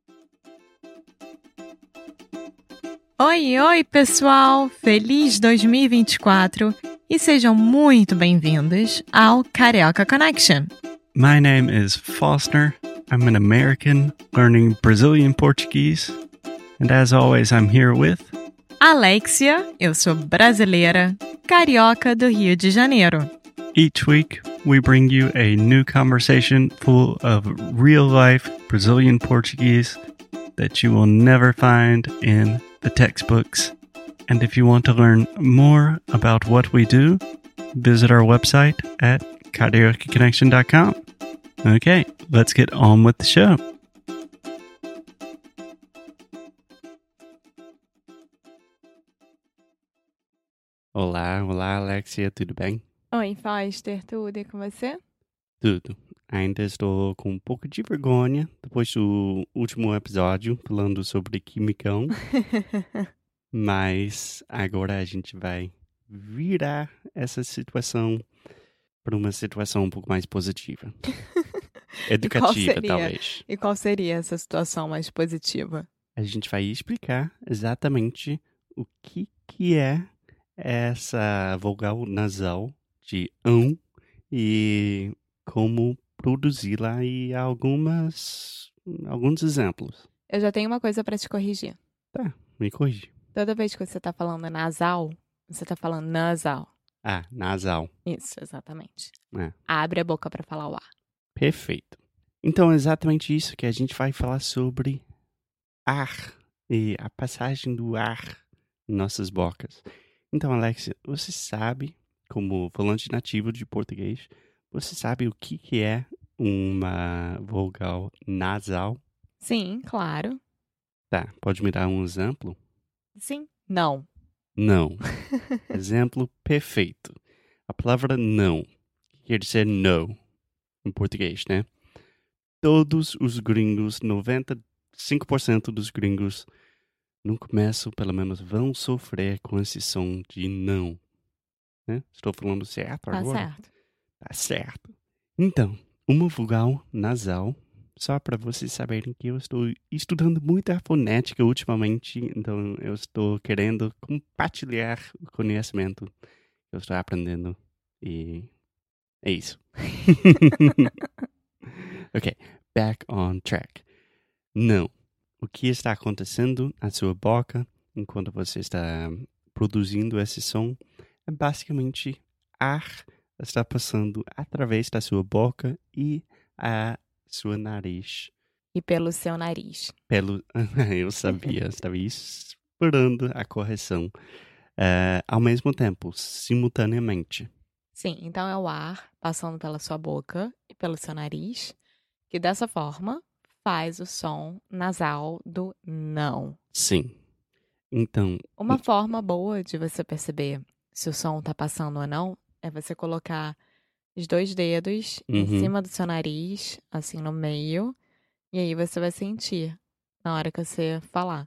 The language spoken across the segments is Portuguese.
Oi, pessoal! Feliz 2024 e sejam muito bem-vindos ao Carioca Connection. My name is Foster. I'm an American learning Brazilian Portuguese. And as always, I'm here with... Alexia, eu sou brasileira, carioca do Rio de Janeiro. Each week, we bring you a new conversation full of real-life Brazilian Portuguese that you will never find in the textbooks. And if you want to learn more about what we do, visit our website at cariocaconnection.com. Okay, let's get on with the show. Olá, Alexia, tudo bem? Oi, Foster, tudo e com você? Tudo. Ainda estou com um pouco de vergonha depois do último episódio falando sobre quimicão, mas agora a gente vai virar essa situação para uma situação um pouco mais positiva. Educativa, talvez. E qual seria essa situação mais positiva? A gente vai explicar exatamente o que é essa vogal nasal de e como produzi-la e alguns exemplos. Eu já tenho uma coisa para te corrigir. Tá, me corrige. Toda vez que você tá falando nasal, você tá falando nasal. Ah, nasal. Isso, exatamente. É. Abre a boca para falar o ar. Perfeito. Então, é exatamente isso que a gente vai falar sobre ar e a passagem do ar em nossas bocas. Então, Alexia, você sabe, como falante nativo de português, você sabe o que é uma vogal nasal? Sim, claro. Tá, pode me dar um exemplo? Sim. Não. Não. Exemplo perfeito. A palavra não quer dizer no em português, né? Todos os gringos, 95% dos gringos, no começo, pelo menos, vão sofrer com esse som de não. Né? Estou falando certo agora? Tá certo. Tá certo. Então, uma vogal nasal, só para vocês saberem que eu estou estudando muito a fonética ultimamente, então eu estou querendo compartilhar o conhecimento que eu estou aprendendo e é isso. Ok, back on track. Não. O que está acontecendo na sua boca enquanto você está produzindo esse som é basicamente ar está passando através da sua boca e a sua nariz. E pelo seu nariz. Eu sabia, estava esperando a correção. Ao mesmo tempo, simultaneamente. Sim, então é o ar passando pela sua boca e pelo seu nariz, que dessa forma faz o som nasal do não. Sim. Então... Uma forma boa de você perceber se o som tá passando ou não é você colocar os 2 dedos em cima do seu nariz, assim no meio, e aí você vai sentir na hora que você falar.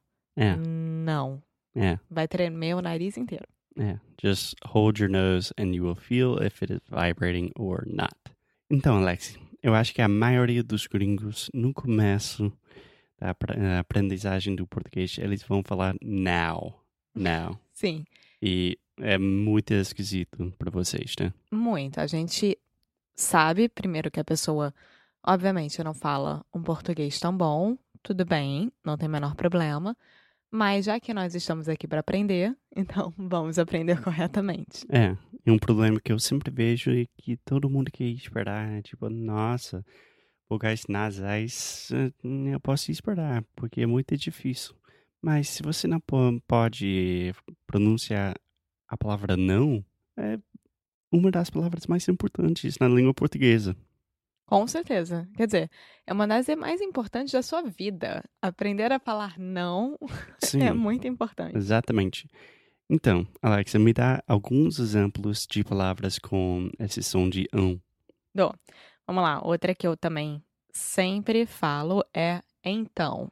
Não. Vai tremer o nariz inteiro. Just hold your nose and you will feel if it is vibrating or not. Então, Alex, eu acho que a maioria dos gringos, no começo da aprendizagem do português, eles vão falar now. Sim. E é muito esquisito para vocês, né? Muito. A gente sabe, primeiro, que a pessoa, obviamente, não fala um português tão bom. Tudo bem, não tem o menor problema. Mas já que nós estamos aqui para aprender, então vamos aprender corretamente. E um problema que eu sempre vejo é que todo mundo quer esperar, tipo, nossa, vogais nasais eu posso esperar, porque é muito difícil. Mas se você não pode pronunciar a palavra não, é uma das palavras mais importantes na língua portuguesa. Com certeza. Quer dizer, é uma das mais importantes da sua vida. Aprender a falar não Sim, é muito importante. Exatamente. Então, Alexa, me dá alguns exemplos de palavras com esse som de Dou. Vamos lá. Outra que eu também sempre falo é então.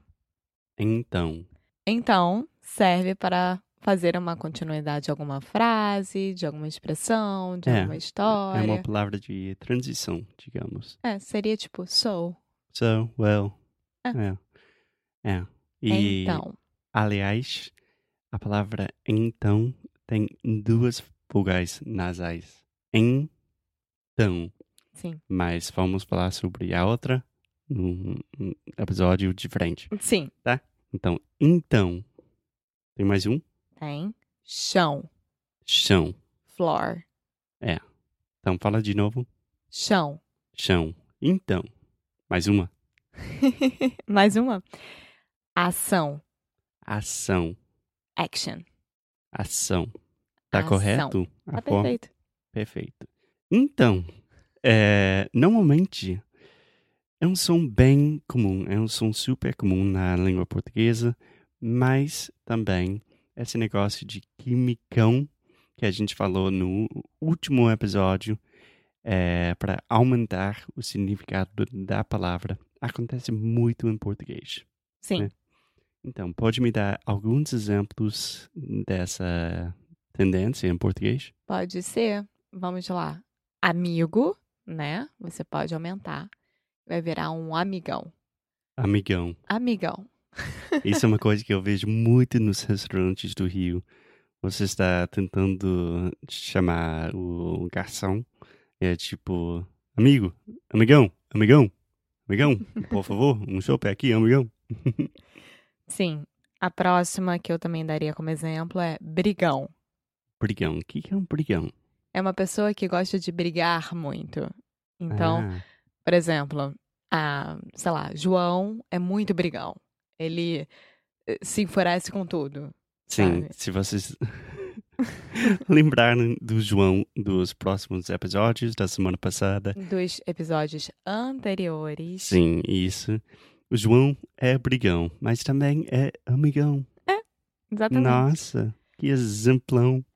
Então serve para fazer uma continuidade de alguma frase, de alguma expressão, de alguma história. É uma palavra de transição, digamos. Seria tipo so. So, well. E, Então. aliás, a palavra então tem 2 vogais nasais. Então. Sim. Mas vamos falar sobre a outra num episódio diferente. Sim. Tá? Então. Tem mais um? Tem. Chão. Chão. Floor. Então fala de novo. Chão. Chão. Então. Mais uma. Mais uma. Ação. Ação. Action. Ação. Tá Ação. correto? Tá perfeito. Perfeito. Então, normalmente é um som bem comum, é um som super comum na língua portuguesa, mas também esse negócio de quimicão que a gente falou no último episódio, para aumentar o significado da palavra, acontece muito em português. Sim. Né? Então, pode me dar alguns exemplos dessa tendência em português? Pode ser. Vamos lá. Amigo, né? Você pode aumentar. Vai virar um amigão. Amigão. Amigão. Isso é uma coisa que eu vejo muito nos restaurantes do Rio. Você está tentando chamar o garçom. É tipo, amigo, amigão, por favor, um chopp aqui, amigão. Sim. A próxima que eu também daria como exemplo é brigão. Brigão. O que é um brigão? É uma pessoa que gosta de brigar muito. Então, por exemplo, sei lá, João é muito brigão. Ele se enfurece com tudo. Sim, sabe? se vocês lembrarem do João dos próximos episódios da semana passada. Dos episódios anteriores. Sim, isso. O João é brigão, mas também é amigão. Exatamente. Nossa, que exemplão.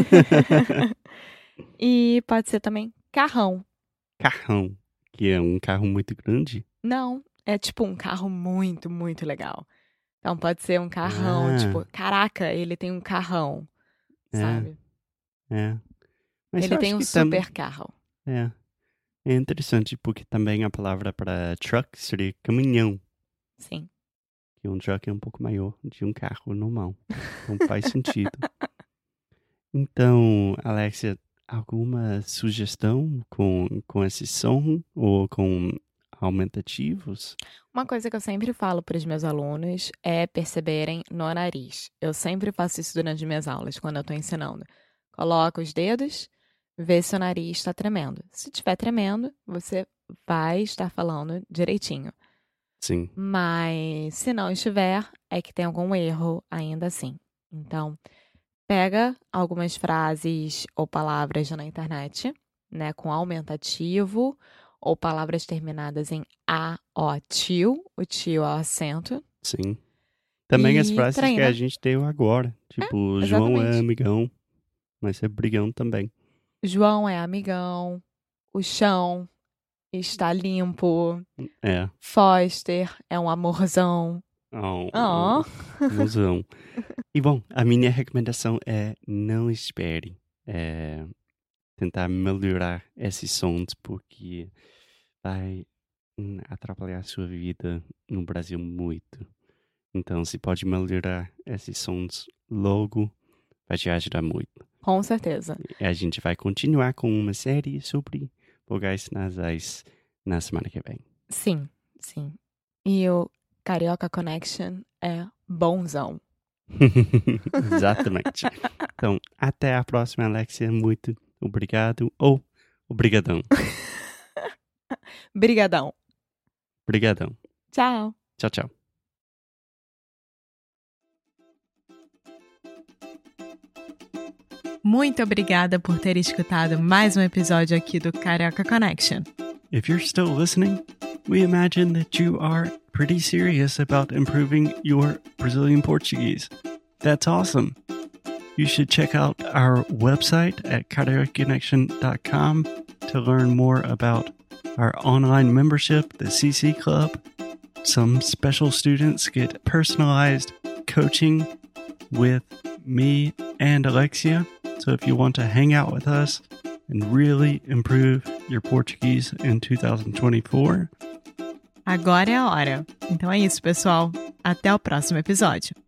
E pode ser também carrão. Carrão, que é um carro muito grande. Não, é tipo um carro muito, muito legal. Então pode ser um carrão, tipo, caraca, ele tem um carrão, sabe? Mas Ele eu tem acho um que super carro. É interessante porque também a palavra para truck seria caminhão. Sim. Que um truck é um pouco maior de um carro normal. Então faz sentido. Então, Alexia, alguma sugestão com esse som ou com aumentativos? Uma coisa que eu sempre falo para os meus alunos é perceberem no nariz. Eu sempre faço isso durante minhas aulas, quando eu estou ensinando. Coloca os dedos, vê se o nariz está tremendo. Se estiver tremendo, você vai estar falando direitinho. Sim. Mas se não estiver, é que tem algum erro ainda assim. Então, pega algumas frases ou palavras na internet, né, com aumentativo, ou palavras terminadas em a, o, tio. O tio é o acento. Sim. Também as E frases que treina. a gente deu agora. Tipo, João é exatamente. amigão, mas é brigão também. João é amigão. O chão está limpo. Foster é um amorzão. Amorzão. E bom, a minha recomendação é não espere tentar melhorar esses sons, porque vai atrapalhar a sua vida no Brasil muito. Então, se pode melhorar esses sons logo, vai te ajudar muito. Com certeza. E a gente vai continuar com uma série sobre vogais nasais na semana que vem. Sim, sim. E o Carioca Connection é bonzão. Exatamente. Então, até a próxima, Alexia. Muito obrigado. Ou obrigadão. Brigadão. Obrigadão. Tchau. Tchau, tchau. Muito obrigada por ter escutado mais um episódio aqui do Carioca Connection. If you're still listening, we imagine that you are pretty serious about improving your Brazilian Portuguese. That's awesome. You should check out our website at cariocaconnection.com to learn more about our online membership, the CC Club. Some special students get personalized coaching with me and Alexia. So if you want to hang out with us and really improve your Portuguese in 2024. Agora é a hora. Então é isso, pessoal. Até o próximo episódio.